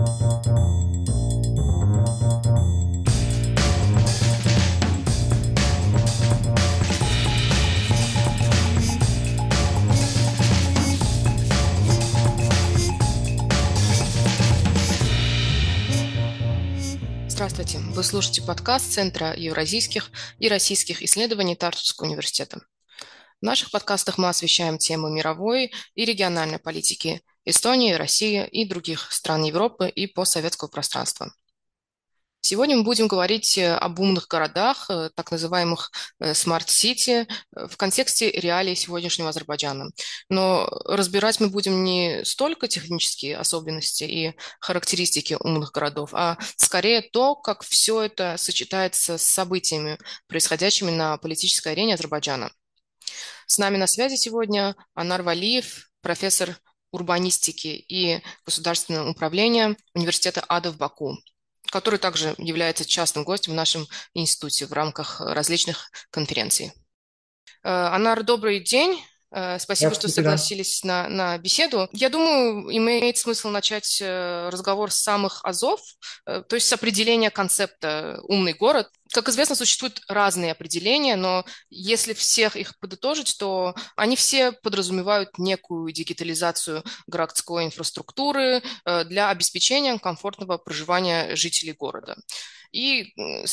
Здравствуйте! Вы слушаете подкаст Центра евразийских и российских исследований Тартусского университета. В наших подкастах мы освещаем темы мировой и региональной политики Эстонии, России и других стран Европы и постсоветского пространства. Сегодня мы будем говорить об умных городах, так называемых Smart City, в контексте реалий сегодняшнего Азербайджана. Но разбирать мы будем не столько технические особенности и характеристики умных городов, а скорее то, как все это сочетается с событиями, происходящими на политической арене Азербайджана. С нами на связи сегодня Анар Валиев, профессор урбанистики и государственного управления Университета Ада в Баку, который также является частным гостем в нашем институте в рамках различных конференций. Анар, добрый день. Спасибо, что Здравствуйте, да. согласились на беседу. Я думаю, имеет смысл начать разговор с самых азов, то есть с определения концепта «умный город». Как известно, существуют разные определения, но если всех их подытожить, то они все подразумевают некую дигитализацию городской инфраструктуры для обеспечения комфортного проживания жителей города. И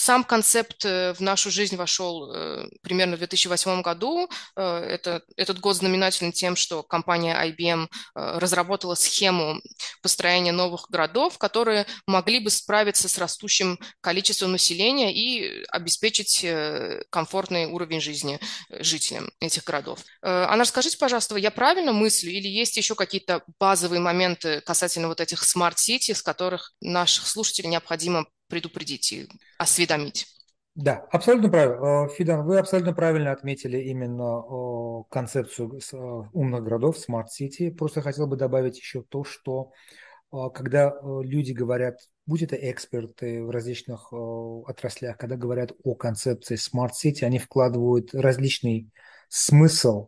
сам концепт в нашу жизнь вошел примерно в 2008 году. Этот год знаменателен тем, что компания IBM разработала схему построения новых городов, которые могли бы справиться с растущим количеством населения и обеспечить комфортный уровень жизни жителям этих городов. Анна, скажите, пожалуйста, я правильно мыслю или есть еще какие-то базовые моменты касательно вот этих смарт-сити, с которых наших слушателей необходимо предупредить и осведомить? Да, абсолютно правильно. Фидан, вы абсолютно правильно отметили именно концепцию умных городов, Smart City. Просто хотел бы добавить еще то, что когда люди говорят, будь это эксперты в различных отраслях, когда говорят о концепции Smart City, они вкладывают различный смысл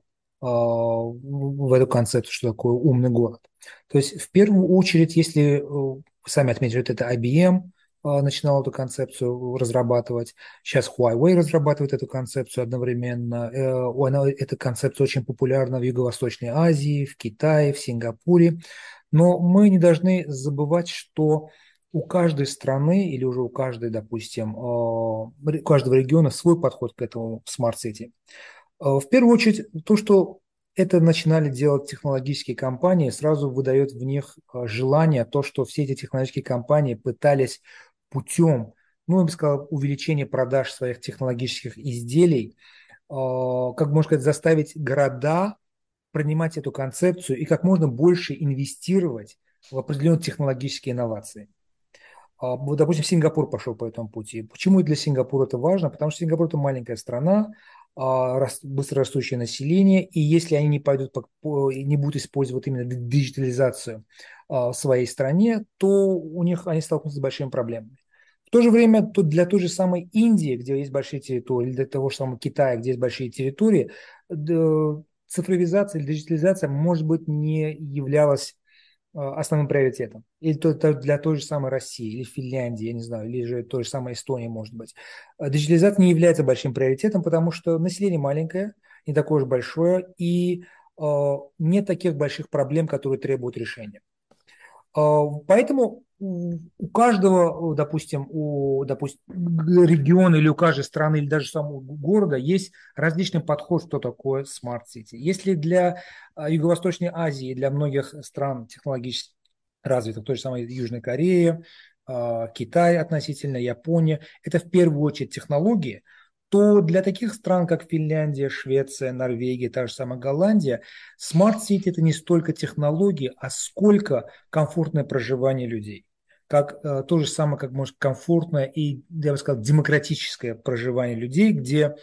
в эту концепцию, что такое умный город. То есть, в первую очередь, если вы сами отметили, вот это IBM начинал эту концепцию разрабатывать, сейчас Huawei разрабатывает эту концепцию одновременно. Эта концепция очень популярна в Юго-Восточной Азии, в Китае, в Сингапуре. Но мы не должны забывать, что у каждой страны или уже у каждой, допустим, у каждого региона свой подход к этому Smart City. В первую очередь, то, что это начинали делать технологические компании, сразу выдает в них желание, то, что все эти технологические компании пытались путем, ну, я бы сказал, увеличения продаж своих технологических изделий, как можно сказать, заставить города принимать эту концепцию и как можно больше инвестировать в определенные технологические инновации. Вот, допустим, Сингапур пошел по этому пути. Почему для Сингапура это важно? Потому что Сингапур – это маленькая страна, быстро растущее население, и если они не пойдут не будут использовать именно диджитализацию в своей стране, то у них они столкнутся с большими проблемами. В то же время для той же самой Индии, где есть большие территории, или для того же самого Китая, где есть большие территории, цифровизация или диджитализация, может быть, не являлась основным приоритетом. Или для той же самой России, или Финляндии, я не знаю, или же той же самой Эстонии, может быть. Диджитализация не является большим приоритетом, потому что население маленькое, не такое уж большое, и нет таких больших проблем, которые требуют решения. Поэтому у каждого, допустим, региона или у каждой страны или даже самого города есть различный подход, что такое Smart City. Если для Юго-Восточной Азии, для многих стран технологически развитых, той же самой Южной Кореи, Китай относительно, Япония, это в первую очередь технологии, то для таких стран, как Финляндия, Швеция, Норвегия, та же самая Голландия, Smart City – это не столько технологии, а сколько комфортное проживание людей. Как то же самое, как может комфортное и, я бы сказал, демократическое проживание людей, где,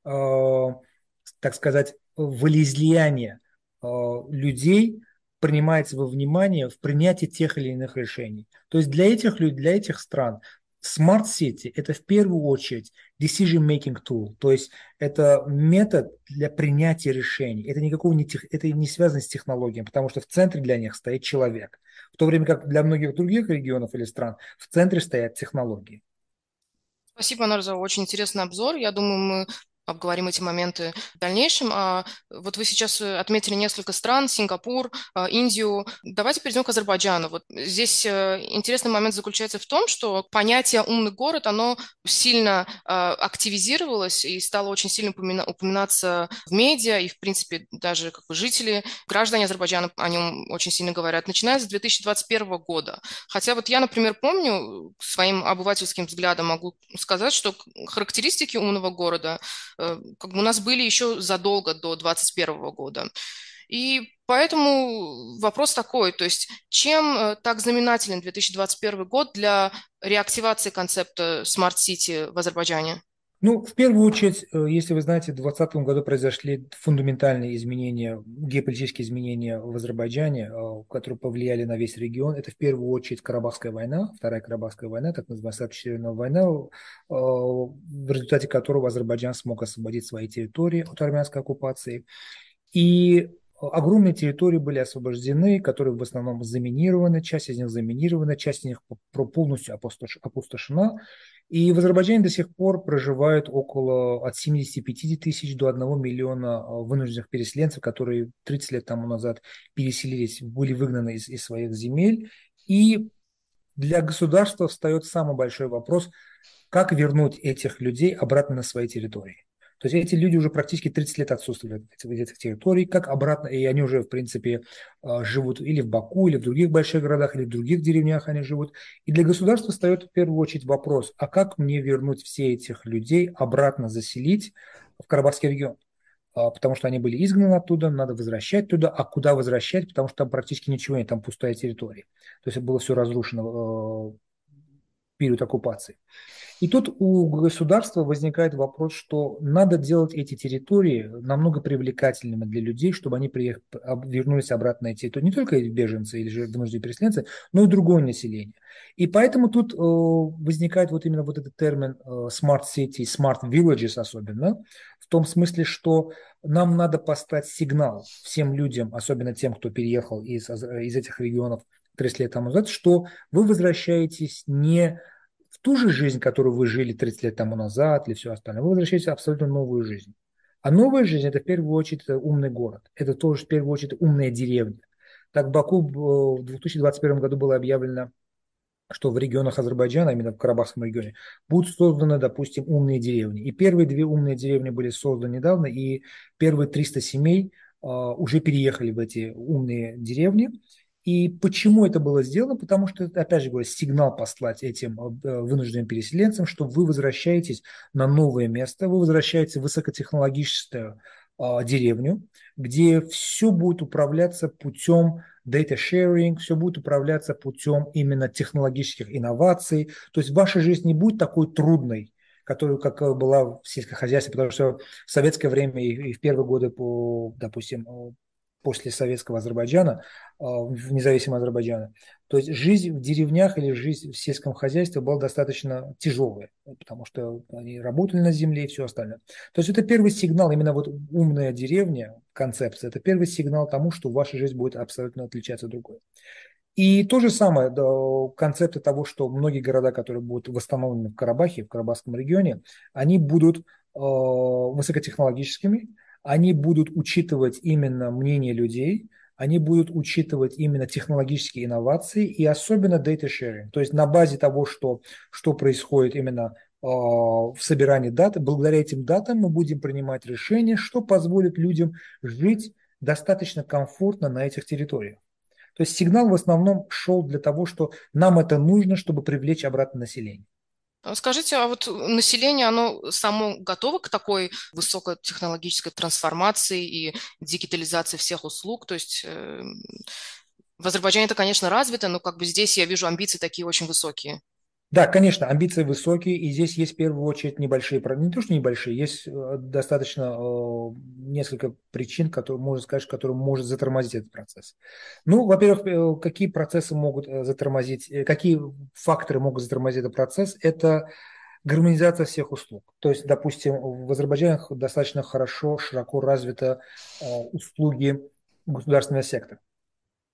так сказать, волеизлияние людей принимается во внимание в принятии тех или иных решений. То есть для этих людей, для этих стран Smart City – это в первую очередь decision-making tool, то есть это метод для принятия решений. Это не связано с технологией, потому что в центре для них стоит человек. в то время как для многих других регионов или стран в центре стоят технологии. Спасибо, Нар, за очень интересный обзор. Я думаю, мы обговорим эти моменты в дальнейшем. А вот вы сейчас отметили несколько стран: Сингапур, Индию. Давайте перейдем к Азербайджану. Вот здесь интересный момент заключается в том, что понятие «умный город», оно сильно активизировалось и стало очень сильно упоминаться в медиа, и, в принципе, даже как бы жители, граждане Азербайджана о нем очень сильно говорят, начиная с 2021 года. Хотя вот я, например, помню, своим обывательским взглядом могу сказать, что характеристики умного города как бы у нас были еще задолго до 2021 года. И поэтому вопрос такой, то есть чем так знаменателен 2021 год для реактивации концепта Smart City в Азербайджане? Ну, в первую очередь, если вы знаете, в 2020 году произошли фундаментальные изменения, геополитические изменения в Азербайджане, которые повлияли на весь регион. Это в первую очередь Карабахская война, Вторая Карабахская война, так называемая Северная война, в результате которого Азербайджан смог освободить свои территории от армянской оккупации. И огромные территории были освобождены, которые в основном заминированы, часть из них заминирована, часть из них полностью опустошена. И в Азербайджане до сих пор проживают около от 70-50 тысяч до 1 миллиона вынужденных переселенцев, которые 30 лет тому назад переселились, были выгнаны из своих земель. И для государства встает самый большой вопрос, как вернуть этих людей обратно на свои территории. То есть эти люди уже практически 30 лет отсутствуют в этих территорий, как обратно, и они уже, в принципе, живут или в Баку, или в других больших городах, или в других деревнях они живут. И для государства встает в первую очередь вопрос, а как мне вернуть все этих людей обратно заселить в Карабахский регион? Потому что они были изгнаны оттуда, надо возвращать туда, а куда возвращать, потому что там практически ничего нет, там пустая территория. То есть было все разрушено в период оккупации. И тут у государства возникает вопрос, что надо делать эти территории намного привлекательными для людей, чтобы они вернулись обратно на эти территории. Не только беженцы или же вынужденные переселенцы, но и другое население. И поэтому тут возникает вот именно вот этот термин smart city, smart villages особенно, в том смысле, что нам надо поставить сигнал всем людям, особенно тем, кто переехал из этих регионов 30 лет тому назад, что вы возвращаетесь не в ту же жизнь, которую вы жили 30 лет тому назад или все остальное, вы возвращаетесь в абсолютно новую жизнь. А новая жизнь – это в первую очередь умный город. Это тоже в первую очередь умная деревня. Так, в Баку в 2021 году было объявлено, что в регионах Азербайджана, именно в Карабахском регионе, будут созданы, допустим, умные деревни. И первые две умные деревни были созданы недавно, и первые 300 семей уже переехали в эти умные деревни. И почему это было сделано? Потому что, опять же говорю, сигнал послать этим вынужденным переселенцам, что вы возвращаетесь на новое место, вы возвращаетесь в высокотехнологическую деревню, где все будет управляться путем data sharing, все будет управляться путем именно технологических инноваций. То есть ваша жизнь не будет такой трудной, которую, как была в сельском хозяйстве, потому что в советское время и в первые годы, допустим, после советского Азербайджана, в независимом Азербайджане. То есть жизнь в деревнях или жизнь в сельском хозяйстве была достаточно тяжелая, потому что они работали на земле и все остальное. То есть это первый сигнал, именно вот умная деревня, концепция, это первый сигнал тому, что ваша жизнь будет абсолютно отличаться от другой. И то же самое, да, концепты того, что многие города, которые будут восстановлены в Карабахе, в Карабахском регионе, они будут высокотехнологическими, они будут учитывать именно мнение людей, они будут учитывать именно технологические инновации и особенно data sharing. То есть на базе того, что происходит именно в собирании дат, благодаря этим датам мы будем принимать решения, что позволит людям жить достаточно комфортно на этих территориях. То есть сигнал в основном шел для того, что нам это нужно, чтобы привлечь обратно население. Скажите, а вот население, оно само готово к такой высокотехнологической трансформации и дигитализации всех услуг? То есть в Азербайджане это, конечно, развито, но как бы здесь я вижу амбиции такие очень высокие. Да, конечно, амбиции высокие, и здесь есть в первую очередь небольшие, не то что небольшие, есть достаточно несколько причин, которые, можно сказать, которые может затормозить этот процесс. Ну, во-первых, какие процессы могут затормозить, какие факторы могут затормозить этот процесс, это гармонизация всех услуг. То есть, допустим, в Азербайджане достаточно хорошо, широко развиты услуги государственного сектора.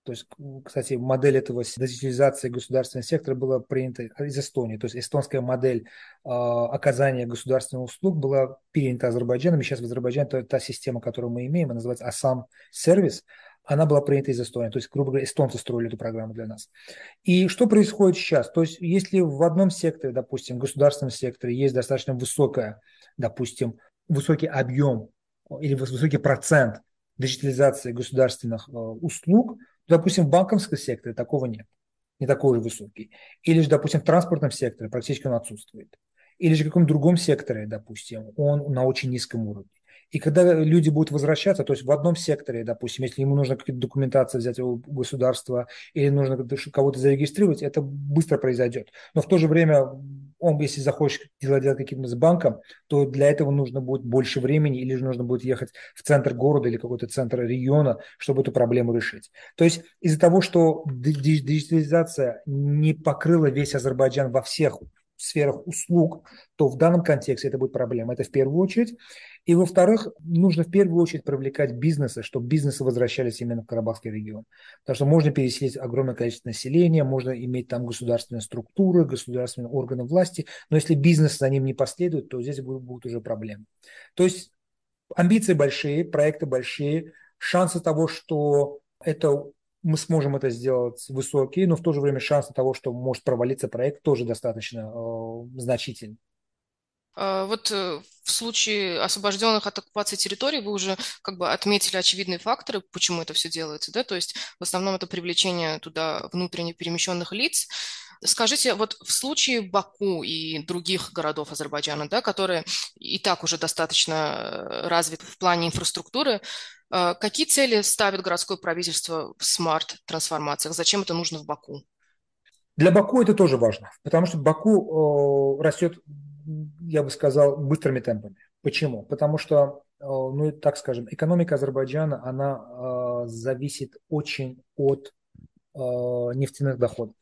То есть, кстати, модель этого децентрализации государственного сектора была принята из Эстонии. То есть эстонская модель оказания государственных услуг была перенята Азербайджаном. И сейчас в Азербайджане та система, которую мы имеем, она называется Асам сервис, она была принята из Эстонии. То есть, грубо говоря, эстонцы строили эту программу для нас. И что происходит сейчас? То есть, если в одном секторе, допустим, в государственном секторе есть достаточно высокая, допустим, высокий объем или высокий процент диджитализации государственных услуг, то, допустим, в банковском секторе такого нет, не такой же высокий. Или же, допустим, в транспортном секторе практически он отсутствует. Или же в каком-то другом секторе, допустим, он на очень низком уровне. И когда люди будут возвращаться, то есть в одном секторе, допустим, если ему нужно какую-то документацию взять у государства или нужно кого-то зарегистрировать, это быстро произойдет. Но в то же время он, если захочет делать каким-то с банком, то для этого нужно будет больше времени или же нужно будет ехать в центр города или какой-то центр региона, чтобы эту проблему решить. То есть из-за того, что диджитализация не покрыла весь Азербайджан во всех сферах услуг, то в данном контексте это будет проблема. Это в первую очередь. И во-вторых, нужно в первую очередь привлекать бизнесы, чтобы бизнесы возвращались именно в Карабахский регион. Потому что можно переселить огромное количество населения, можно иметь там государственные структуры, государственные органы власти, но если бизнес за ним не последует, то здесь будут уже проблемы. То есть амбиции большие, проекты большие, шансы того, что это мы сможем это сделать высокие, но в то же время шансы того, что может провалиться проект, тоже достаточно значительный. В случае освобожденных от оккупации территорий вы уже как бы отметили очевидные факторы, почему это все делается, да, то есть в основном это привлечение туда внутренне перемещенных лиц. Скажите, вот в случае Баку и других городов Азербайджана, да, которые и так уже достаточно развиты в плане инфраструктуры, какие цели ставит городское правительство в смарт-трансформациях? Зачем это нужно в Баку? Для Баку это тоже важно, потому что Баку растет, я бы сказал, быстрыми темпами. Почему? Потому что, ну, так скажем, экономика Азербайджана, она зависит очень от нефтяных доходов.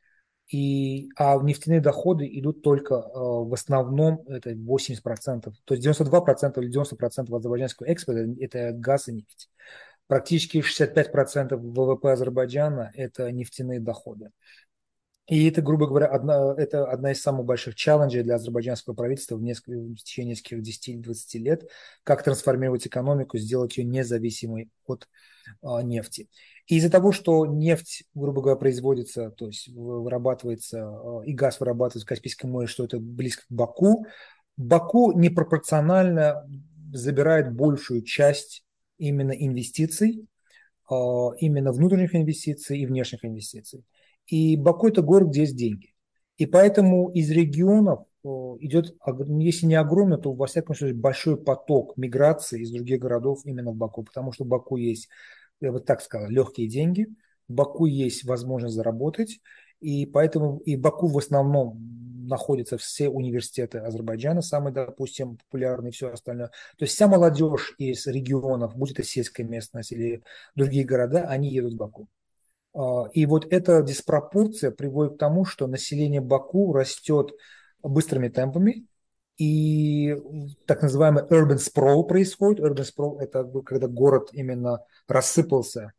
А нефтяные доходы идут только в основном, это 80%, то есть 92% или 90% азербайджанского экспорта – это газ и нефть. Практически 65% ВВП Азербайджана – это нефтяные доходы. И это, грубо говоря, это одна из самых больших челленджей для азербайджанского правительства в течение нескольких 10-20 лет, как трансформировать экономику, сделать ее независимой от нефти. И из-за того, что нефть, грубо говоря, производится, то есть вырабатывается, и газ вырабатывается в Каспийском море, что это близко к Баку, Баку непропорционально забирает большую часть именно инвестиций, именно внутренних инвестиций и внешних инвестиций. И Баку – это город, где есть деньги. И поэтому из регионов идет, если не огромный, то во всяком случае большой поток миграции из других городов именно в Баку, потому что в Баку есть, я бы так сказал, легкие деньги, в Баку есть возможность заработать, и поэтому и в Баку в основном находятся все университеты Азербайджана, самые, допустим, популярные и все остальное. То есть вся молодежь из регионов, будь это сельская местность или другие города, они едут в Баку. И вот эта диспропорция приводит к тому, что население Баку растет быстрыми темпами, и так называемый urban sprawl происходит. Urban sprawl – это когда город именно рассыпался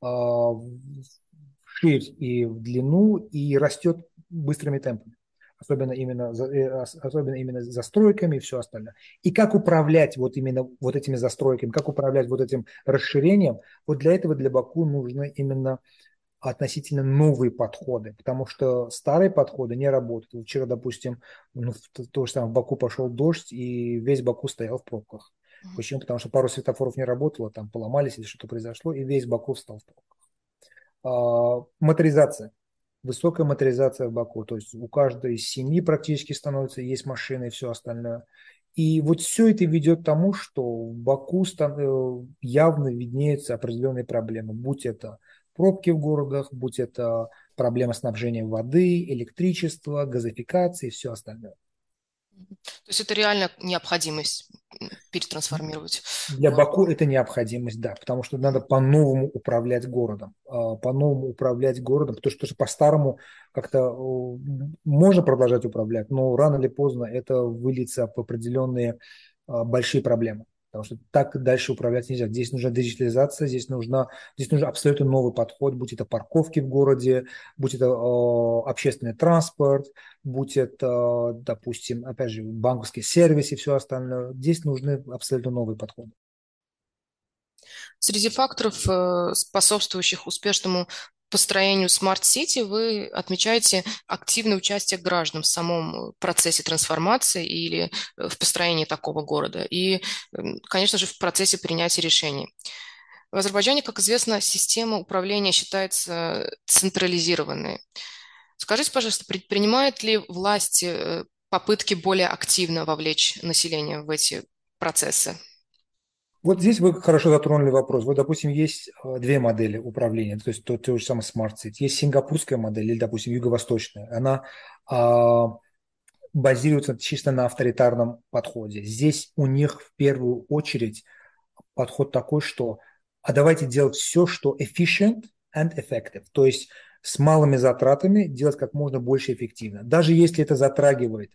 вширь и в длину и растет быстрыми темпами. Особенно именно застройками и все остальное. И как управлять вот именно вот этими застройками, как управлять вот этим расширением, вот для этого для Баку нужны именно относительно новые подходы, потому что старые подходы не работают. Вчера, допустим, ну, то же самое, в Баку пошел дождь, и весь Баку стоял в пробках. Почему? Потому что пару светофоров не работало, там поломались или что-то произошло, и весь Баку встал в пробках. Моторизация. Высокая моторизация в Баку. То есть у каждой из семьи практически становится, есть машины и все остальное. И вот все это ведет к тому, что в Баку явно виднеются определенные проблемы. Будь это пробки в городах, будь это проблема снабжения воды, электричества, газификации и все остальное. То есть это реально необходимость перетрансформировать. Для Баку это необходимость, да, потому что надо по-новому управлять городом, по-новому управлять городом, потому что по-старому как-то можно продолжать управлять, но рано или поздно это выльется в определенные большие проблемы. Потому что так дальше управлять нельзя. Здесь нужна диджитализация, здесь нужен абсолютно новый подход, будь это парковки в городе, будь это общественный транспорт, будь это, допустим, опять же, банковские сервисы и все остальное. Здесь нужны абсолютно новые подходы. Среди факторов, способствующих успешному построению смарт-сити, вы отмечаете активное участие граждан в самом процессе трансформации или в построении такого города и, конечно же, в процессе принятия решений. В Азербайджане, как известно, система управления считается централизированной. Скажите, пожалуйста, предпринимают ли власти попытки более активно вовлечь население в эти процессы? Вот здесь вы хорошо затронули вопрос. Вот, допустим, есть две модели управления, то есть то же самое Smart City. Есть сингапурская модель или, допустим, юго-восточная. Она а, базируется чисто на авторитарном подходе. Здесь у них в первую очередь подход такой, что давайте делать все, что efficient and effective. То есть с малыми затратами делать как можно больше эффективно. Даже если это затрагивает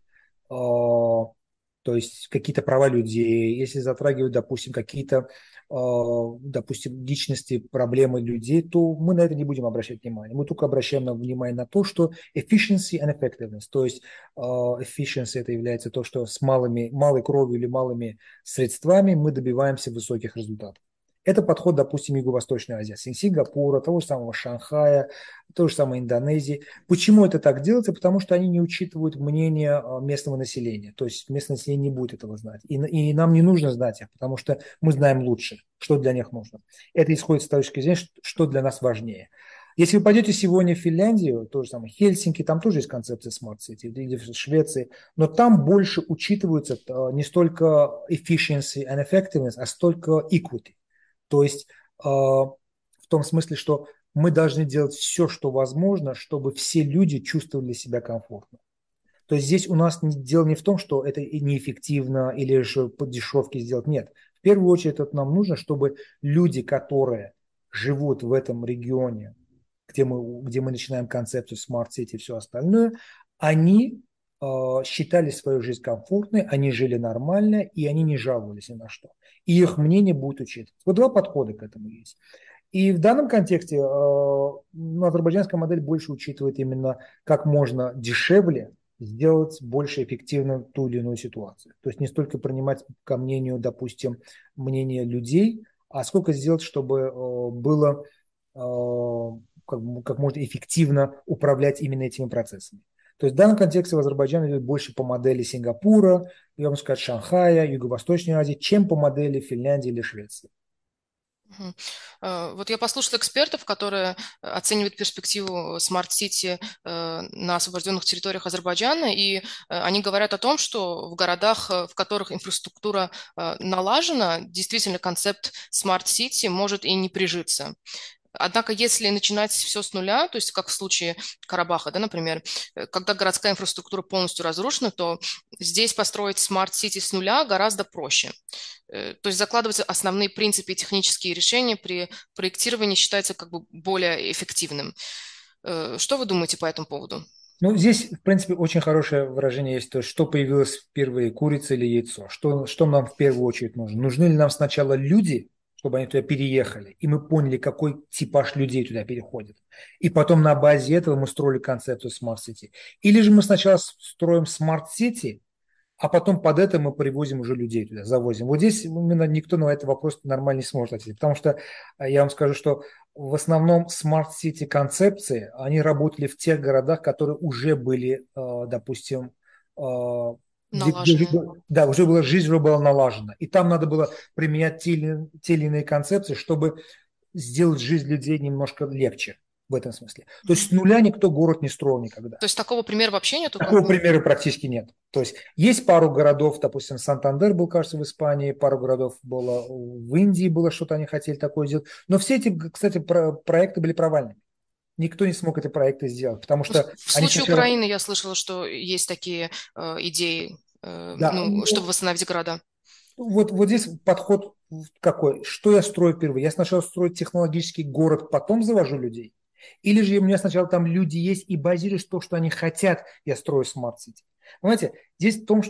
то есть какие-то права людей, если затрагивают, допустим, какие-то, допустим, личности, проблемы людей, то мы на это не будем обращать внимание. Мы только обращаем внимание на то, что efficiency and effectiveness, то есть efficiency это является то, что с малой кровью или малыми средствами мы добиваемся высоких результатов. Это подход, допустим, Юго-Восточной Азии, Сингапура, того же самого Шанхая, того же самого Индонезии. Почему это так делается? Потому что они не учитывают мнение местного населения. То есть местное население не будет этого знать. И нам не нужно знать их, потому что мы знаем лучше, что для них нужно. Это исходит с точки зрения, что для нас важнее. Если вы пойдете сегодня в Финляндию, то же самое Хельсинки, там тоже есть концепция Smart City, или в Швеции, но там больше учитываются не столько efficiency and effectiveness, а столько equity. То есть в том смысле, что мы должны делать все, что возможно, чтобы все люди чувствовали себя комфортно. То есть здесь у нас дело не в том, что это неэффективно или же по дешевке сделать. Нет. В первую очередь это нам нужно, чтобы люди, которые живут в этом регионе, где мы начинаем концепцию Smart City и все остальное, они считали свою жизнь комфортной, они жили нормально, и они не жаловались ни на что. И их мнение будет учитываться. Вот два подхода к этому есть. И в данном контексте азербайджанская модель больше учитывает именно, как можно дешевле сделать больше эффективно ту или иную ситуацию. То есть не столько принимать ко мнению, допустим, мнение людей, а сколько сделать, чтобы было как можно эффективно управлять именно этими процессами. То есть в данном контексте в Азербайджане идет больше по модели Сингапура, я вам сказать, Шанхая, Юго-Восточной Азии, чем по модели Финляндии или Швеции. Мгм. Вот я послушала экспертов, которые оценивают перспективу смарт-сити на освобожденных территориях Азербайджана, и они говорят о том, что в городах, в которых инфраструктура налажена, действительно концепт смарт-сити может и не прижиться. Однако, если начинать все с нуля, то есть как в случае Карабаха, да, например, когда городская инфраструктура полностью разрушена, то здесь построить смарт-сити с нуля гораздо проще. То есть закладывать основные принципы и технические решения при проектировании считается как бы более эффективным. Что вы думаете по этому поводу? Ну, здесь, в принципе, очень хорошее выражение есть, то есть, что появилось впервые, курица или яйцо. Что нам в первую очередь нужно? Нужны ли нам сначала люди, чтобы они туда переехали, и мы поняли, какой типаж людей туда переходит. И потом на базе этого мы строили концепцию Smart City. Или же мы сначала строим Smart City, а потом под это мы привозим уже людей туда, завозим. Вот здесь именно никто на этот вопрос нормально не сможет ответить, потому что я вам скажу, что в основном Smart City концепции, они работали в тех городах, которые уже были, допустим, Налажены. да, уже была жизнь уже была налажена. И там надо было применять те или иные концепции, чтобы сделать жизнь людей немножко легче в этом смысле. То есть с нуля никто город не строил никогда. То есть такого примера вообще нету, как Такого бы? примера практически нет. То есть есть пару городов, допустим, Сантандер был, кажется, в Испании, пару городов было в Индии, было что-то они хотели такое сделать. Но все эти, кстати, проекты были провальными. Никто не смог эти проекты сделать, потому Ну, что в они случае сначала... Украины я слышала, что есть такие идеи, Да, ну, чтобы восстановить города. вот здесь подход какой? Что я строю впервые? Я сначала строю технологический город, потом завожу людей? Или же у меня сначала там люди есть, и базируясь то, что они хотят, я строю смарт-сити? Понимаете, здесь в том, что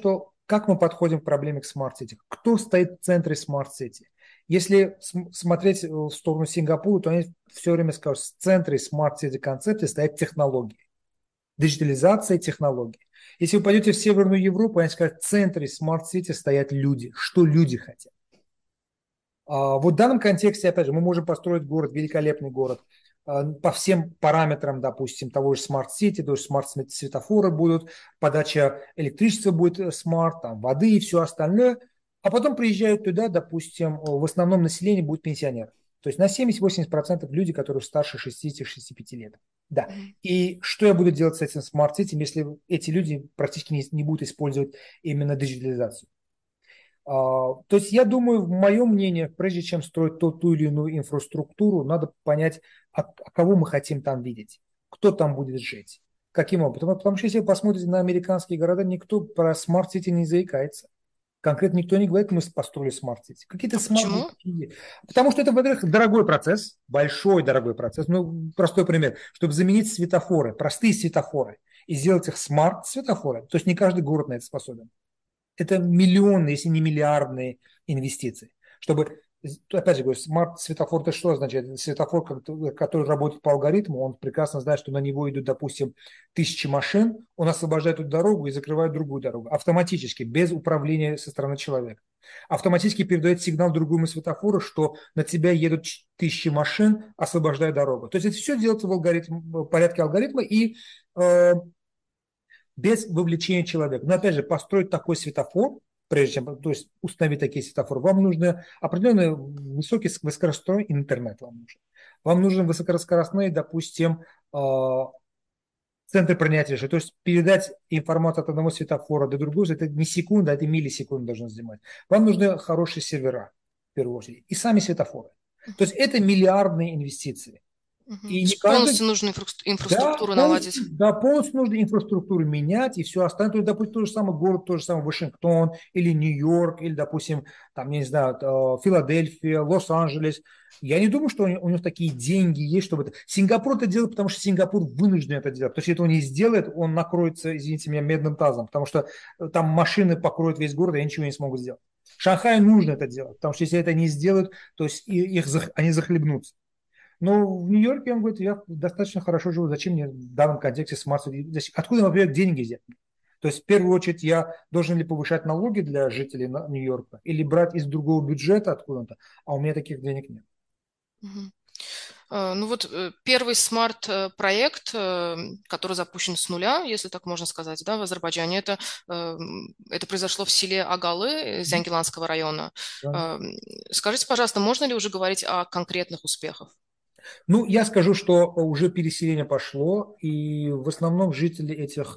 как мы подходим к проблеме к смарт-сити? Кто стоит в центре смарт-сити? Если смотреть в сторону Сингапура, то они все время скажут, в центре смарт-сити концепции стоят технологии, диджитализация технологий. Если вы пойдете в Северную Европу, они скажут, в центре смарт-сити стоят люди, что люди хотят. Вот в данном контексте, опять же, мы можем построить город, великолепный город, по всем параметрам, допустим, того же смарт-сити, то есть смарт-светофоры будут, подача электричества будет смарт, там, воды и все остальное, а потом приезжают туда, допустим, в основном население будет пенсионеры. То есть на 70-80% люди, которые старше 60-65 лет. Да. Мгм. И что я буду делать с этим смарт-сити, если эти люди практически не будут использовать именно диджитализацию? То есть я думаю, в моем мнении, прежде чем строить ту или иную инфраструктуру, надо понять, кого мы хотим там видеть, кто там будет жить, каким образом. Потому что если вы посмотрите на американские города, никто про смарт-сити не заикается. Конкретно никто не говорит, мы построили смарт-сити. Какие-то А почему? смарт-сити. Потому что это, во-первых, дорогой процесс, большой дорогой процесс. Ну, простой пример. Чтобы заменить светофоры, простые светофоры, и сделать их смарт-светофоры, то есть не каждый город на это способен. Это миллионные, если не миллиардные инвестиции. Чтобы, опять же говорю, смарт-светофор, это что означает? Светофор, который работает по алгоритму, он прекрасно знает, что на него идут, допустим, тысячи машин, он освобождает эту дорогу и закрывает другую дорогу. Автоматически, без управления со стороны человека. Автоматически передает сигнал другому светофору, что на тебя едут тысячи машин, освобождая дорогу. То есть это все делается в порядке алгоритма, и без вовлечения человека. Но опять же, построить такой светофор, прежде чем, то есть установить такие светофоры, вам нужно определенный высокий высокоскоростной интернет вам нужен. Вам нужен высокоскоростной, допустим, центр принятия решений. То есть передать информацию от одного светофора до другого, это не секунда, это миллисекунды должно занимать. Вам нужны хорошие сервера, в первую очередь, и сами светофоры. То есть это миллиардные инвестиции. Мгм. То И не есть каждый. полностью нужно Да, инфраструктуру наладить. полностью, да, полностью нужно инфраструктуру менять и все остальное. То есть, допустим, тот же самый город, тот же самый Вашингтон или Нью-Йорк, или, допустим, там, я не знаю, Филадельфия, Лос-Анджелес. Я не думаю, что у них такие деньги есть, чтобы это. Сингапур это делает, потому что Сингапур вынужден это делать. То есть, если он не сделает, он накроется, извините меня, медным тазом, потому что там машины покроют весь город, и они ничего не смогут сделать. Шанхаю нужно это делать, потому что если это не сделают, то есть они захлебнутся. Но в Нью-Йорке он говорит, я достаточно хорошо живу, зачем мне в данном контексте смарт-сити? Откуда, например, деньги взять? То есть, в первую очередь, я должен ли повышать налоги для жителей Нью-Йорка или брать из другого бюджета откуда-то, а у меня таких денег нет. Мгм. Ну вот первый смарт-проект, который запущен с нуля, если так можно сказать, да, в Азербайджане, это произошло в селе Агалы Зянгиланского района. Да. Э, Скажите, пожалуйста, можно ли уже говорить о конкретных успехах? Ну, я скажу, что уже переселение пошло, и в основном жители этих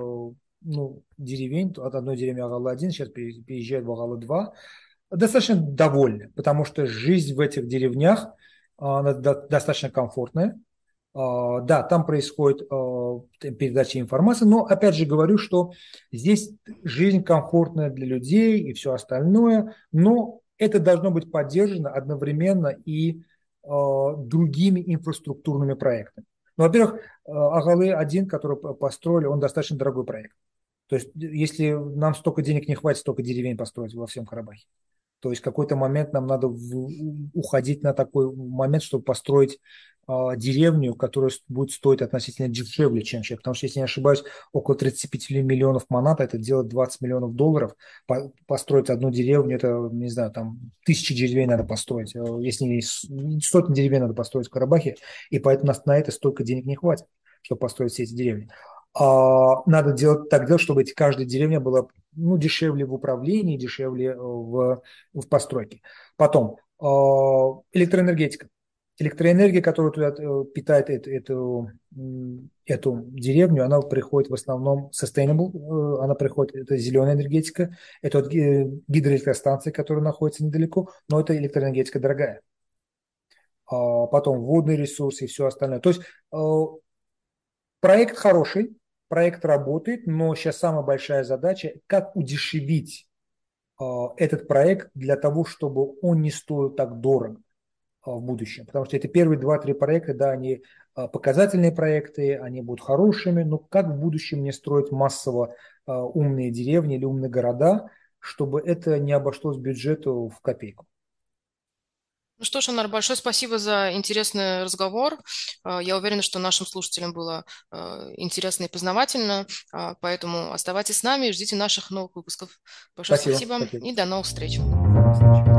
ну, деревень, от одной деревни Агалы-1 сейчас переезжают в Агалы-2, достаточно довольны, потому что жизнь в этих деревнях она достаточно комфортная. Да, там происходит передача информации, но опять же говорю, что здесь жизнь комфортная для людей и все остальное, но это должно быть поддержано одновременно и другими инфраструктурными проектами. Ну, во-первых, Агалы-1, который построили, он достаточно дорогой проект. То есть, если нам столько денег не хватит, столько деревень построить во всем Карабахе. То есть в какой-то момент нам надо уходить на такой момент, чтобы построить деревню, которая будет стоить относительно дешевле, чем человек. Потому что, если не ошибаюсь, около 35 миллионов манат, это делает 20 миллионов долларов. Построить одну деревню, это, не знаю, там тысячи деревень надо построить. Если не сотни деревень надо построить в Карабахе, и поэтому на это столько денег не хватит, чтобы построить все эти деревни. Надо делать так, чтобы каждая деревня была ну, дешевле в управлении, дешевле в постройке. Потом электроэнергетика. Электроэнергия, которая туда питает эту деревню, она приходит в основном sustainable, она приходит, это зеленая энергетика, это вот гидроэлектростанции, которые находятся недалеко, но это электроэнергетика дорогая. Потом водные ресурсы и все остальное. То есть проект хороший, проект работает, но сейчас самая большая задача, как удешевить этот проект для того, чтобы он не стоил так дорого. в будущем. Потому что эти первые два-три проекта, да, они показательные проекты, они будут хорошими, но как в будущем мне строить массово умные деревни или умные города, чтобы это не обошлось бюджету в копейку? Ну что ж, Анар, большое спасибо за интересный разговор. Я уверена, что нашим слушателям было интересно и познавательно, поэтому оставайтесь с нами и ждите наших новых выпусков. Большое Спасибо. спасибо Спасибо. и до новых встреч. До новых встреч.